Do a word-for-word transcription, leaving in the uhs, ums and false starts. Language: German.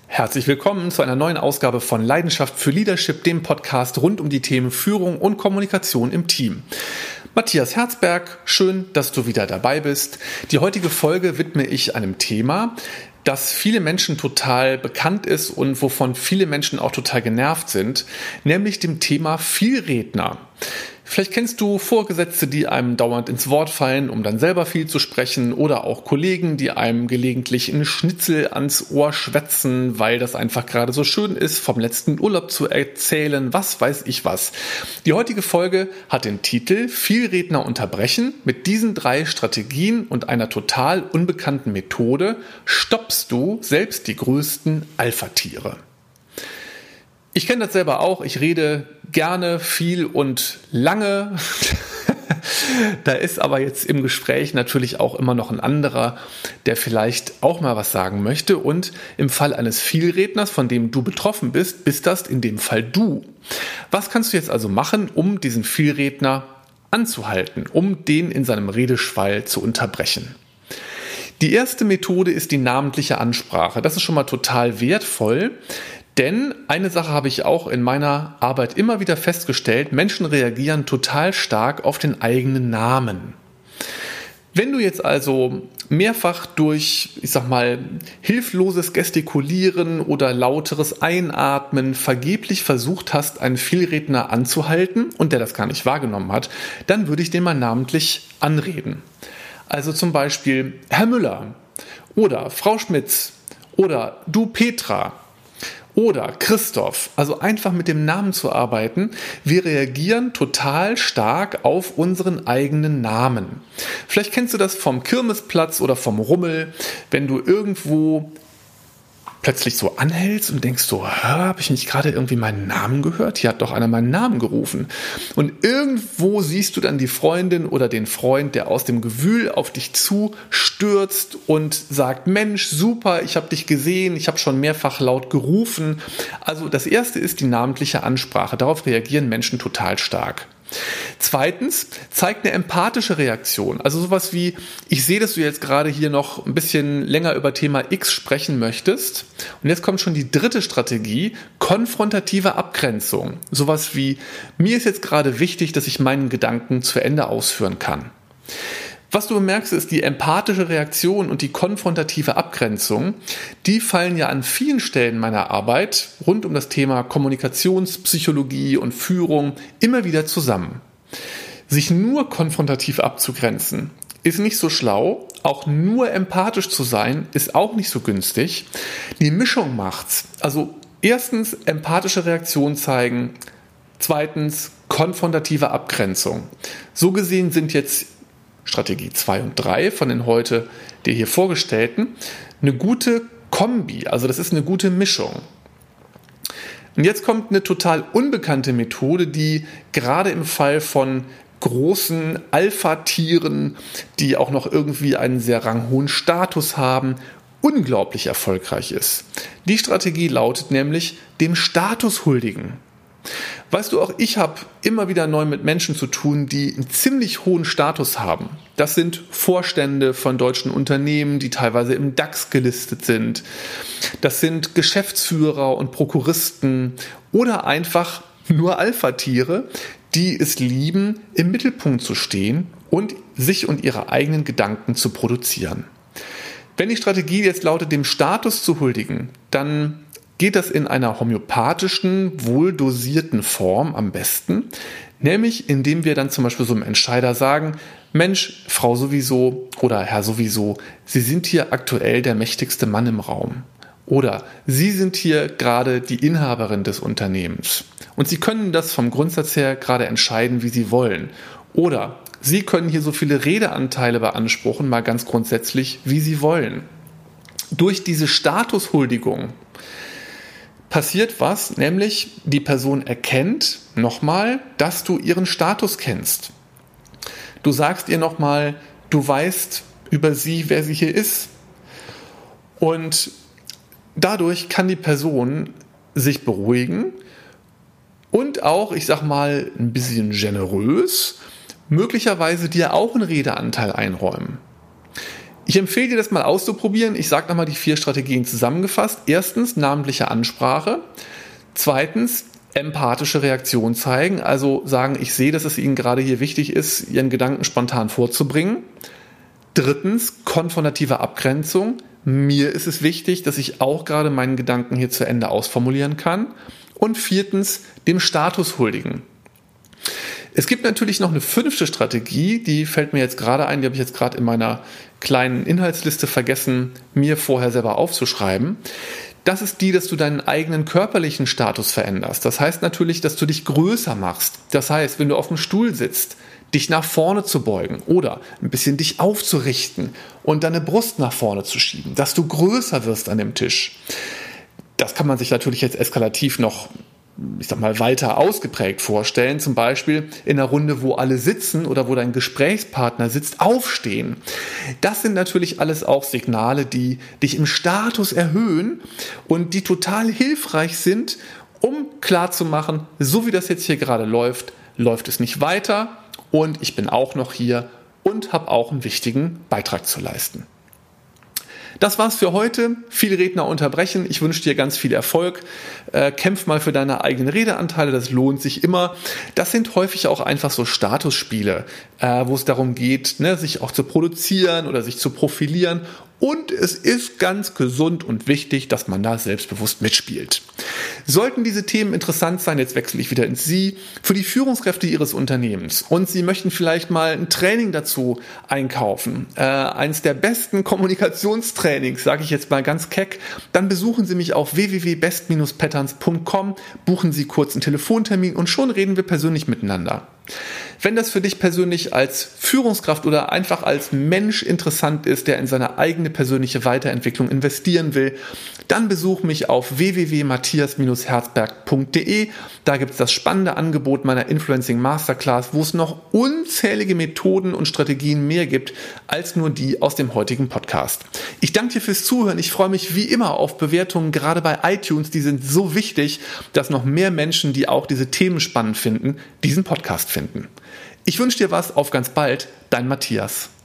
Herzlich willkommen zu einer neuen Ausgabe von Leidenschaft für Leadership, dem Podcast rund um die Themen Führung und Kommunikation im Team. Matthias Herzberg, schön, dass du wieder dabei bist. Die heutige Folge widme ich einem Thema, das viele Menschen total bekannt ist und wovon viele Menschen auch total genervt sind, nämlich dem Thema Vielredner. Vielleicht kennst du Vorgesetzte, die einem dauernd ins Wort fallen, um dann selber viel zu sprechen, oder auch Kollegen, die einem gelegentlich einen Schnitzel ans Ohr schwätzen, weil das einfach gerade so schön ist, vom letzten Urlaub zu erzählen, was weiß ich was. Die heutige Folge hat den Titel Vielredner unterbrechen. Mit diesen drei Strategien und einer total unbekannten Methode stoppst du selbst die größten Alpha-Tiere. Ich kenne das selber auch, ich rede gerne, viel und lange. Da ist aber jetzt im Gespräch natürlich auch immer noch ein anderer, der vielleicht auch mal was sagen möchte. Und im Fall eines Vielredners, von dem du betroffen bist, bist das in dem Fall du. Was kannst du jetzt also machen, um diesen Vielredner anzuhalten, um den in seinem Redeschwall zu unterbrechen? Die erste Methode ist die namentliche Ansprache. Das ist schon mal total wertvoll. Denn eine Sache habe ich auch in meiner Arbeit immer wieder festgestellt: Menschen reagieren total stark auf den eigenen Namen. Wenn du jetzt also mehrfach durch, ich sag mal, hilfloses Gestikulieren oder lauteres Einatmen vergeblich versucht hast, einen Vielredner anzuhalten und der das gar nicht wahrgenommen hat, dann würde ich den mal namentlich anreden. Also zum Beispiel Herr Müller oder Frau Schmitz oder du Petra. Oder Christoph, also einfach mit dem Namen zu arbeiten. Wir reagieren total stark auf unseren eigenen Namen. Vielleicht kennst du das vom Kirmesplatz oder vom Rummel, wenn du irgendwo plötzlich so anhältst und denkst so, habe ich nicht gerade irgendwie meinen Namen gehört? Hier hat doch einer meinen Namen gerufen. Und irgendwo siehst du dann die Freundin oder den Freund, der aus dem Gewühl auf dich zustürzt und sagt: Mensch, super, ich habe dich gesehen, ich habe schon mehrfach laut gerufen. Also das erste ist die namentliche Ansprache. Darauf reagieren Menschen total stark. Zweitens, zeigt eine empathische Reaktion. Also sowas wie: Ich sehe, dass du jetzt gerade hier noch ein bisschen länger über Thema X sprechen möchtest. Und jetzt kommt schon die dritte Strategie: konfrontative Abgrenzung. Sowas wie: Mir ist jetzt gerade wichtig, dass ich meinen Gedanken zu Ende ausführen kann. Was du bemerkst, ist, die empathische Reaktion und die konfrontative Abgrenzung, die fallen ja an vielen Stellen meiner Arbeit rund um das Thema Kommunikationspsychologie und Führung immer wieder zusammen. Sich nur konfrontativ abzugrenzen ist nicht so schlau, auch nur empathisch zu sein ist auch nicht so günstig. Die Mischung macht's. Also erstens empathische Reaktion zeigen, zweitens konfrontative Abgrenzung. So gesehen sind jetzt Strategie zwei und drei von den heute dir hier vorgestellten eine gute Kombi, also das ist eine gute Mischung. Und jetzt kommt eine total unbekannte Methode, die gerade im Fall von großen Alpha-Tieren, die auch noch irgendwie einen sehr ranghohen Status haben, unglaublich erfolgreich ist. Die Strategie lautet nämlich: dem Status huldigen. Weißt du, auch ich habe immer wieder neu mit Menschen zu tun, die einen ziemlich hohen Status haben. Das sind Vorstände von deutschen Unternehmen, die teilweise im DAX gelistet sind. Das sind Geschäftsführer und Prokuristen oder einfach nur Alpha-Tiere, die es lieben, im Mittelpunkt zu stehen und sich und ihre eigenen Gedanken zu produzieren. Wenn die Strategie jetzt lautet, dem Status zu huldigen, dann geht das in einer homöopathischen, wohldosierten Form am besten, nämlich indem wir dann zum Beispiel so einem Entscheider sagen: Mensch, Frau sowieso oder Herr sowieso, Sie sind hier aktuell der mächtigste Mann im Raum. Oder Sie sind hier gerade die Inhaberin des Unternehmens. Und Sie können das vom Grundsatz her gerade entscheiden, wie Sie wollen. Oder Sie können hier so viele Redeanteile beanspruchen, mal ganz grundsätzlich, wie Sie wollen. Durch diese Statushuldigung passiert was, nämlich die Person erkennt nochmal, dass du ihren Status kennst. Du sagst ihr nochmal, du weißt über sie, wer sie hier ist. Und dadurch kann die Person sich beruhigen und auch, ich sag mal, ein bisschen generös, möglicherweise dir auch einen Redeanteil einräumen. Ich empfehle dir, das mal auszuprobieren. Ich sage nochmal die vier Strategien zusammengefasst. Erstens, namentliche Ansprache. Zweitens, empathische Reaktion zeigen. Also sagen, ich sehe, dass es Ihnen gerade hier wichtig ist, Ihren Gedanken spontan vorzubringen. Drittens, konfrontative Abgrenzung. Mir ist es wichtig, dass ich auch gerade meinen Gedanken hier zu Ende ausformulieren kann. Und viertens, dem Status huldigen. Es gibt natürlich noch eine fünfte Strategie, die fällt mir jetzt gerade ein, die habe ich jetzt gerade in meiner kleinen Inhaltsliste vergessen, mir vorher selber aufzuschreiben. Das ist die, dass du deinen eigenen körperlichen Status veränderst. Das heißt natürlich, dass du dich größer machst. Das heißt, wenn du auf dem Stuhl sitzt, dich nach vorne zu beugen oder ein bisschen dich aufzurichten und deine Brust nach vorne zu schieben, dass du größer wirst an dem Tisch. Das kann man sich natürlich jetzt eskalativ noch, ich sag mal, weiter ausgeprägt vorstellen. Zum Beispiel in einer Runde, wo alle sitzen oder wo dein Gesprächspartner sitzt, aufstehen. Das sind natürlich alles auch Signale, die dich im Status erhöhen und die total hilfreich sind, um klarzumachen, so wie das jetzt hier gerade läuft, läuft es nicht weiter und ich bin auch noch hier und habe auch einen wichtigen Beitrag zu leisten. Das war's für heute. Viele Redner unterbrechen. Ich wünsche dir ganz viel Erfolg. Äh, kämpf mal für deine eigenen Redeanteile. Das lohnt sich immer. Das sind häufig auch einfach so Statusspiele, äh, wo es darum geht, ne, sich auch zu produzieren oder sich zu profilieren. Und es ist ganz gesund und wichtig, dass man da selbstbewusst mitspielt. Sollten diese Themen interessant sein, jetzt wechsle ich wieder ins Sie, für die Führungskräfte Ihres Unternehmens und Sie möchten vielleicht mal ein Training dazu einkaufen, äh, eines der besten Kommunikationstrainings, sage ich jetzt mal ganz keck, dann besuchen Sie mich auf w w w punkt best dash patterns punkt com, buchen Sie kurz einen Telefontermin und schon reden wir persönlich miteinander. Wenn das für dich persönlich als Führungskraft oder einfach als Mensch interessant ist, der in seine eigene persönliche Weiterentwicklung investieren will, dann besuch mich auf w w w punkt matthias herzberg punkt d e. Da gibt es das spannende Angebot meiner Influencing Masterclass, wo es noch unzählige Methoden und Strategien mehr gibt, als nur die aus dem heutigen Podcast. Ich danke dir fürs Zuhören. Ich freue mich wie immer auf Bewertungen, gerade bei iTunes. Die sind so wichtig, dass noch mehr Menschen, die auch diese Themen spannend finden, diesen Podcast finden. Ich wünsche dir was, auf ganz bald, dein Matthias.